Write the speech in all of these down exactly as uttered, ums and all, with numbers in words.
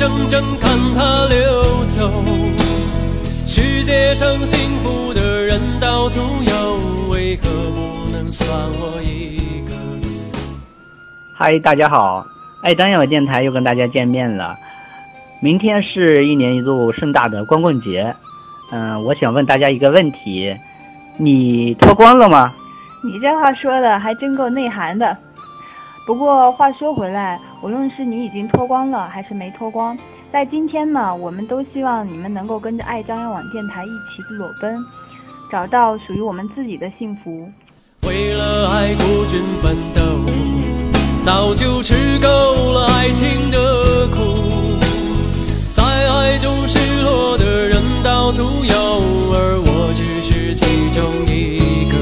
睁睁看它流走。世界上幸福的人到处有，为何不能算我一个？ 嗨，大家好，爱张小电台又跟大家见面了。明天是一年一度盛大的光棍节，嗯、呃，我想问大家一个问题，你脱光了吗？ 你这话说的还真够内涵的。不过话说回来，无论是你已经脱光了还是没脱光，在今天呢，我们都希望你们能够跟着爱张扬网电台一起裸奔，找到属于我们自己的幸福。 为了爱孤军奋斗，早就吃够了爱情的苦，在爱中失落的人到处有，而我只是其中一个。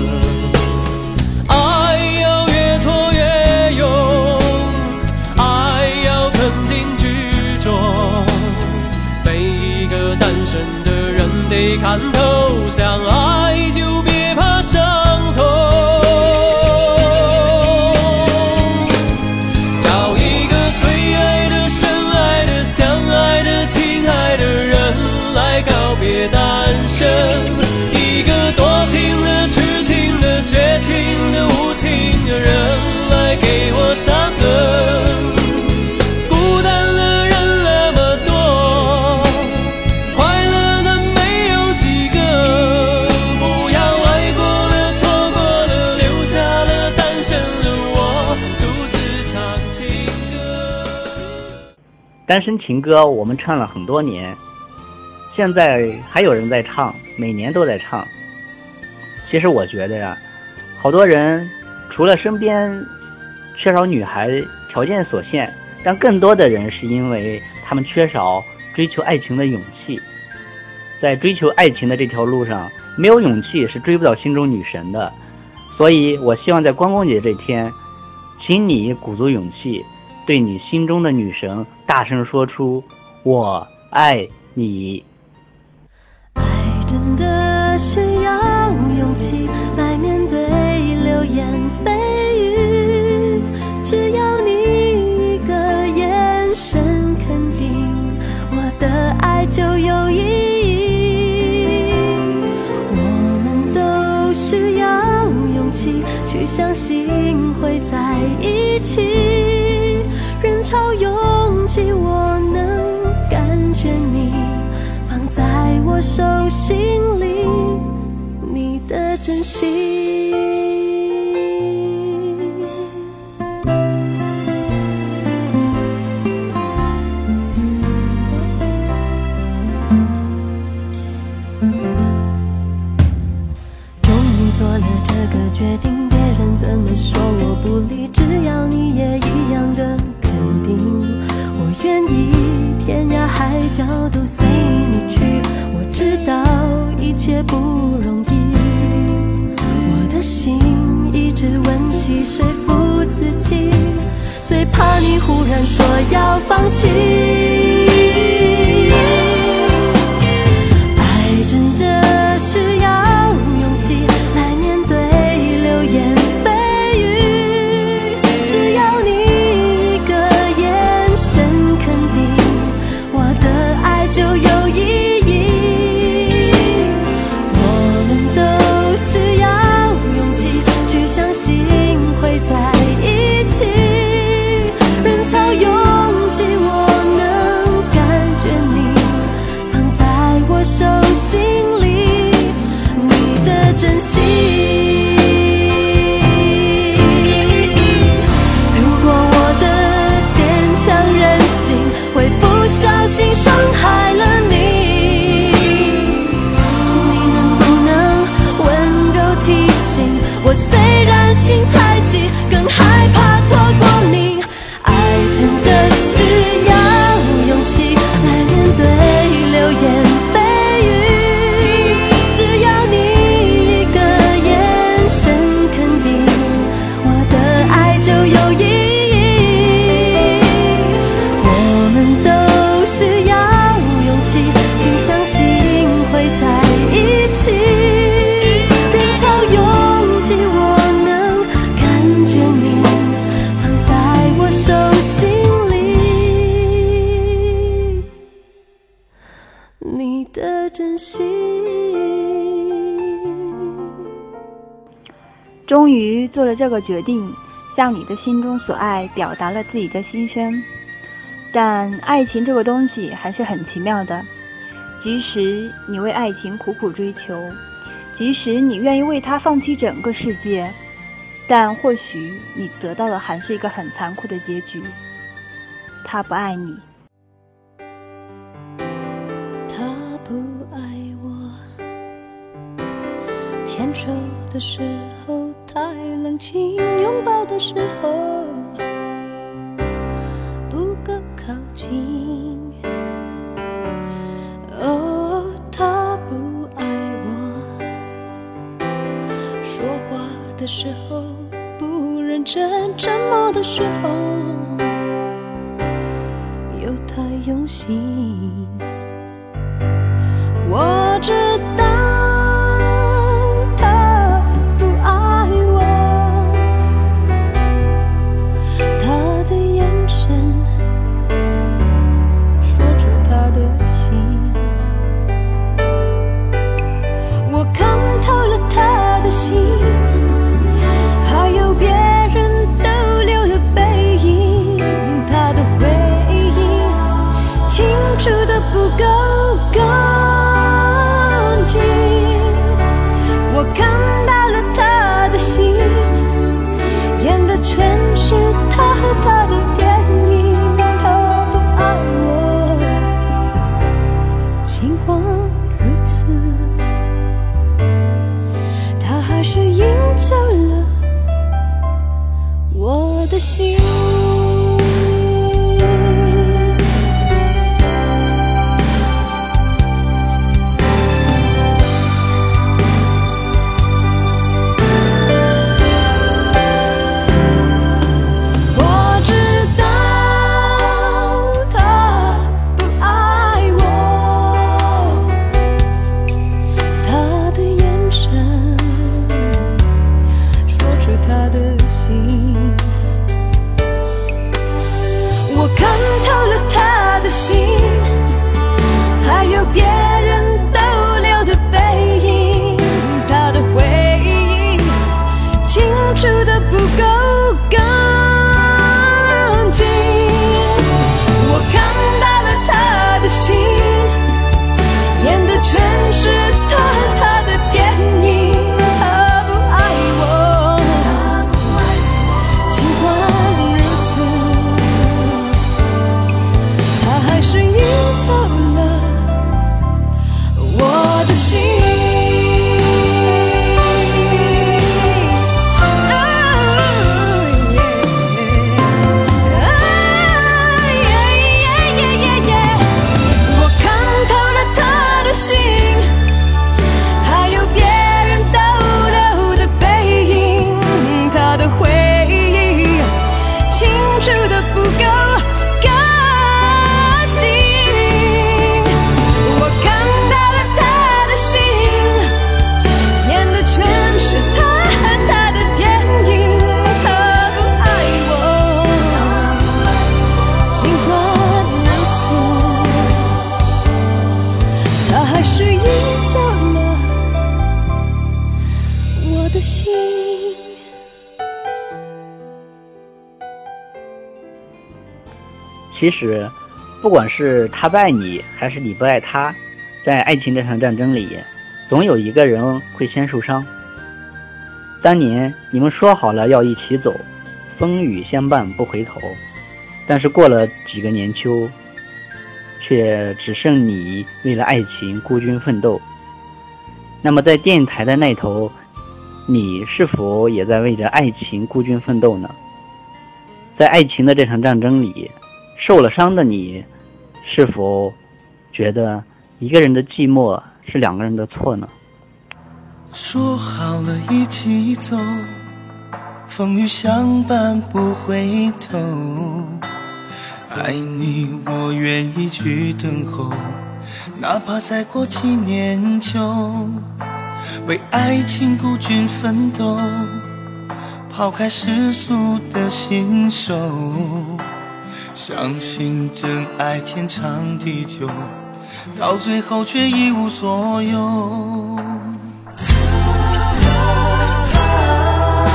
爱要越挫越勇，爱要肯定执着，每一个单身的人得看透，想爱就别怕伤痛。别单身，一个多情的、痴情的、绝情的、无情的人来给我伤痕。孤单的人那么多，快乐的没有几个，不要爱过了、错过了，留下了单身的我独自唱情歌。 单身情歌我们唱了很多年，现在还有人在唱，每年都在唱。其实我觉得呀，好多人除了身边缺少女孩条件所限，但更多的人是因为他们缺少追求爱情的勇气。在追求爱情的这条路上，没有勇气是追不到心中女神的。所以我希望在光棍节这天，请你鼓足勇气，对你心中的女神大声说出我爱你。 真的需要勇气来面对流言蜚语，只要你一个眼神肯定，我的爱就有意义。我们都需要勇气去相信会在一起，人潮拥挤我能感觉你放在我手心里，你的真心。终于做了这个决定，别人怎么说我不理，只要你也一样的肯定，我愿意天涯海角都随你去。我知道一切不容易，我的心一直温习说服自己，最怕你忽然说要放弃。爱真的需要勇气来面对流言蜚语，只要你一个眼神肯定，我的爱就有意义。相信会在一起，人潮拥挤我能终于做了这个决定，向你的心中所爱表达了自己的心声。但爱情这个东西还是很奇妙的，即使你为爱情苦苦追求，即使你愿意为它放弃整个世界，但或许你得到的还是一个很残酷的结局，他不爱你。 他不爱我，牵手的时候太冷清，拥抱的时候不够靠近。哦，他不爱我，说话的时候不认真，沉默的时候又太用心。我知道他不爱我，他的眼神说出他的心，我看透了他的心，还有别人逗留的背影，他的回忆清楚的不够干净，我看到了他的心，演的全是他和他的电影。他不爱我，尽管如此，他还是赢走了我的心。 其实不管是他不爱你还是你不爱他，在爱情这场战争里，总有一个人会先受伤。当年你们说好了要一起走，风雨相伴不回头，但是过了几个年秋，却只剩你为了爱情孤军奋斗。那么在电台的那头，你是否也在为着爱情孤军奋斗呢？在爱情的这场战争里，受了伤的你，是否觉得一个人的寂寞是两个人的错呢？ 说好了一起走，风雨相伴不回头，爱你我愿意去等候，哪怕再过几年秋，为爱情孤军奋斗，抛开世俗的信手，相信真爱天长地久，到最后却一无所有。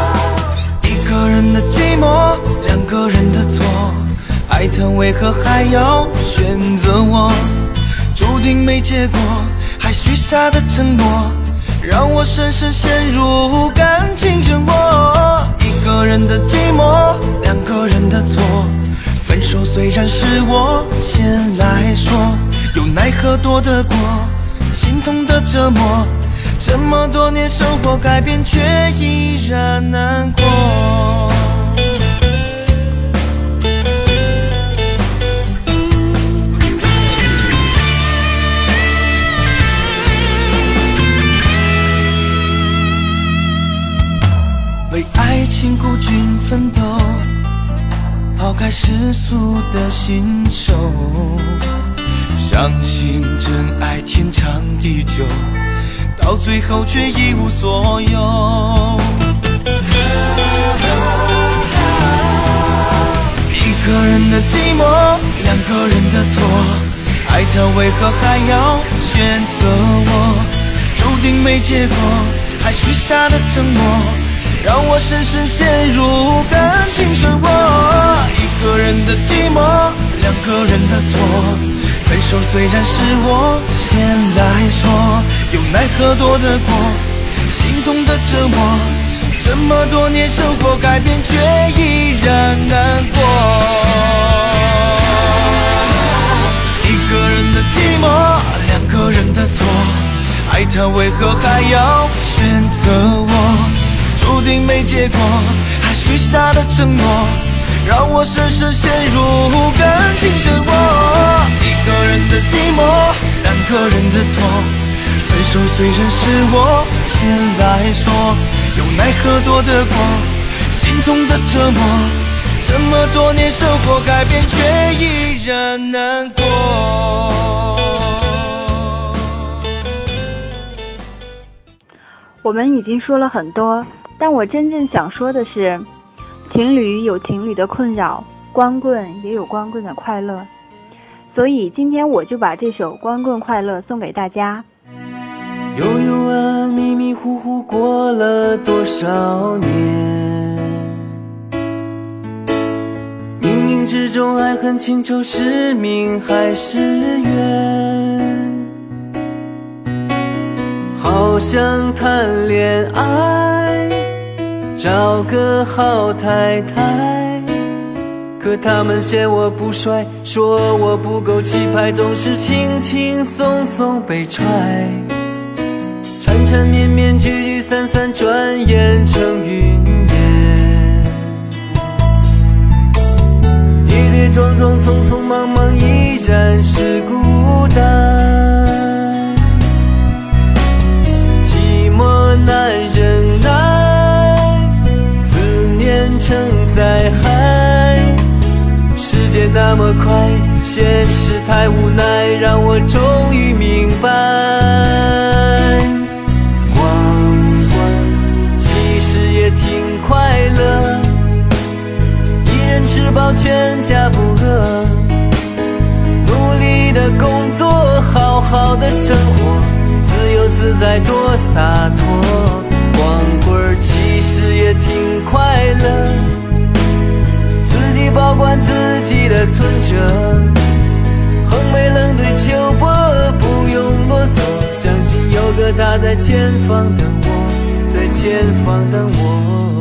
个人的寂寞，两个人的错，爱他为何还要选择我？注定没结果，还许下的承诺，让我深深陷入感情漩涡。一个人的寂寞，两个人的错，分手虽然是我先来说，又奈何躲得过心痛的折磨。这么多年生活改变，却依然难过。为爱情孤军奋斗，抛开世俗的信手，相信真爱天长地久，到最后却一无所有。一个人的寂寞，两个人的错，爱他为何还要选择我？注定没结果，还许下的承诺，让我深深陷入感情漩涡。一个人的寂寞，两个人的错，分手虽然是我先来说，又奈何躲得过心痛的折磨。这么多年生活改变，却依然难过。一个人的寂寞，两个人的错，爱他为何还要选择我？注定没结果，还许下的承诺，让我深深陷入感情漩涡。一个人的寂寞，两个人的错，分手虽然是我先来说，又奈何躲得过心痛的折磨。这么多年生活改变，却依然难过。 我们已经说了很多，但我真正想说的是，情侣有情侣的困扰，光棍也有光棍的快乐。所以今天我就把这首《光棍快乐》送给大家。 悠悠啊，迷迷糊糊过了多少年，冥冥之中爱恨情仇是命还是缘？好想谈恋爱，找个好太太，可他们嫌我不帅，说我不够气派，总是轻轻松松被踹，缠缠绵绵聚聚散散，转眼成云烟。跌跌撞撞匆匆忙忙，依然是孤单，寂寞难忍耐，思念成灾害。时间那么快，现实太无奈，让我终于明白，光棍其实也挺快乐，一人吃饱全家不饿，努力的工作，好好的生活，自由自在多洒脱。光棍其实也挺快乐，自己保管自己的存折，横眉冷对秋波，不用啰嗦，相信有个他在前方等我，在前方等我。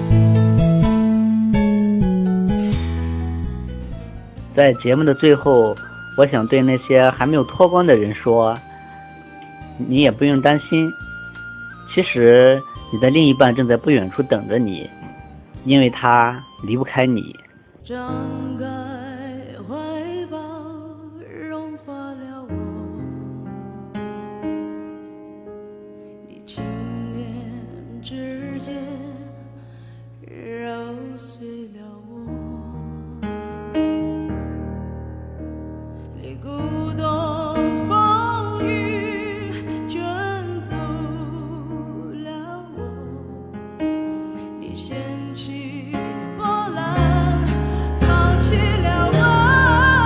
在节目的最后，我想对那些还没有脱光的人说，你也不用担心，其实你的另一半正在不远处等着你，因为他离不开你。 张开怀抱，融化了我，你轻捻指尖，揉碎了我，你鼓动风雨，卷走了我，你掀起波澜，放弃了我。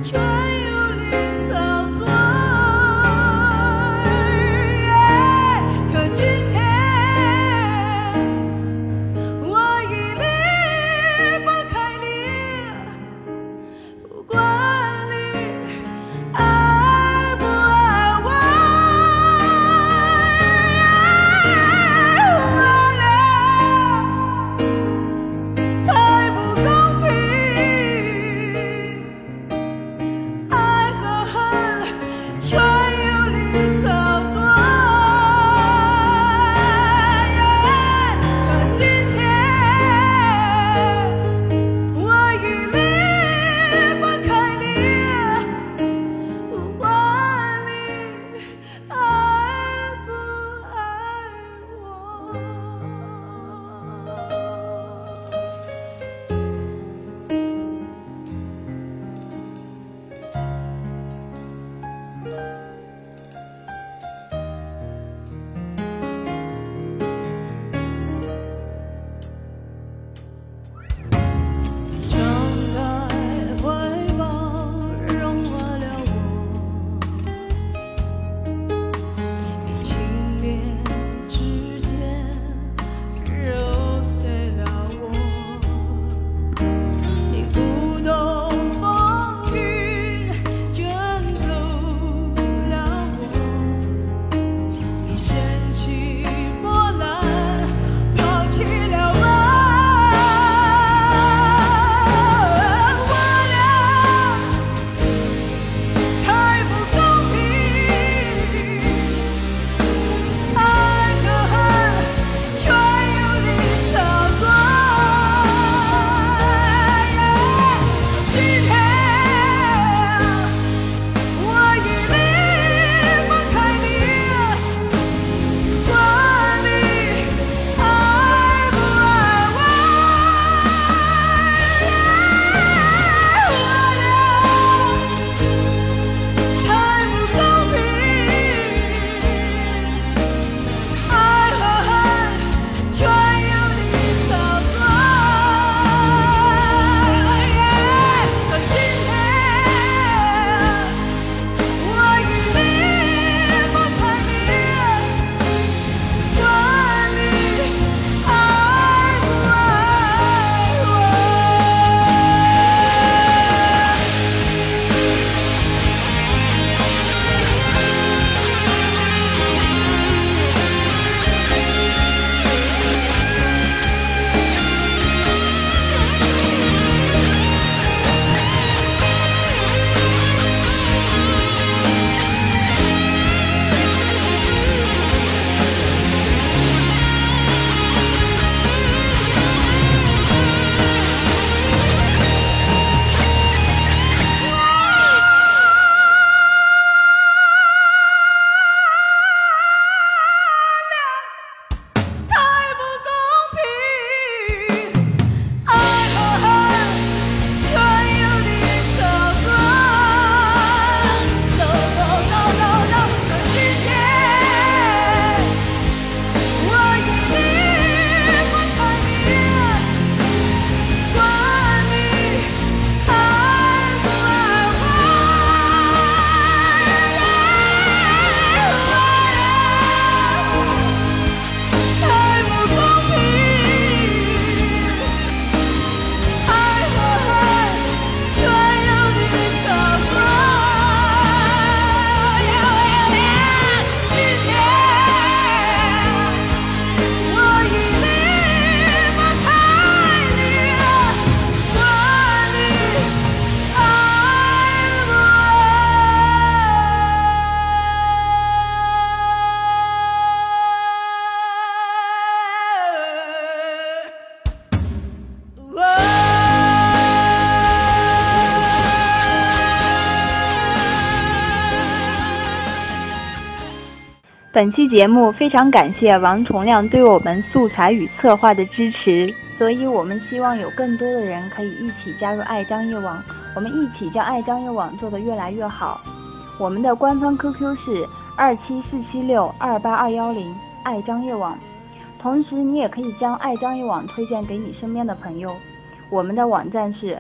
本期节目非常感谢王重亮对我们素材与策划的支持，所以我们希望有更多的人可以一起加入爱张夜网，我们一起将爱张夜网做得越来越好。我们的官方 Q Q 是二七四七六二八二一零，爱张夜网。同时你也可以将爱张夜网推荐给你身边的朋友。我们的网站是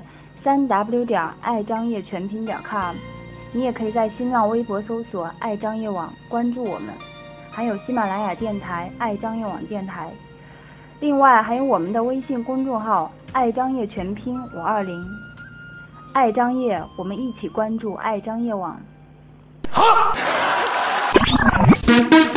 三 w 点爱张掖全拼点 com。你也可以在新浪微博搜索爱张掖网关注我们，还有喜马拉雅电台爱张掖网电台，另外还有我们的微信公众号爱张掖全拼五二零，爱张掖，我们一起关注爱张掖网。 好。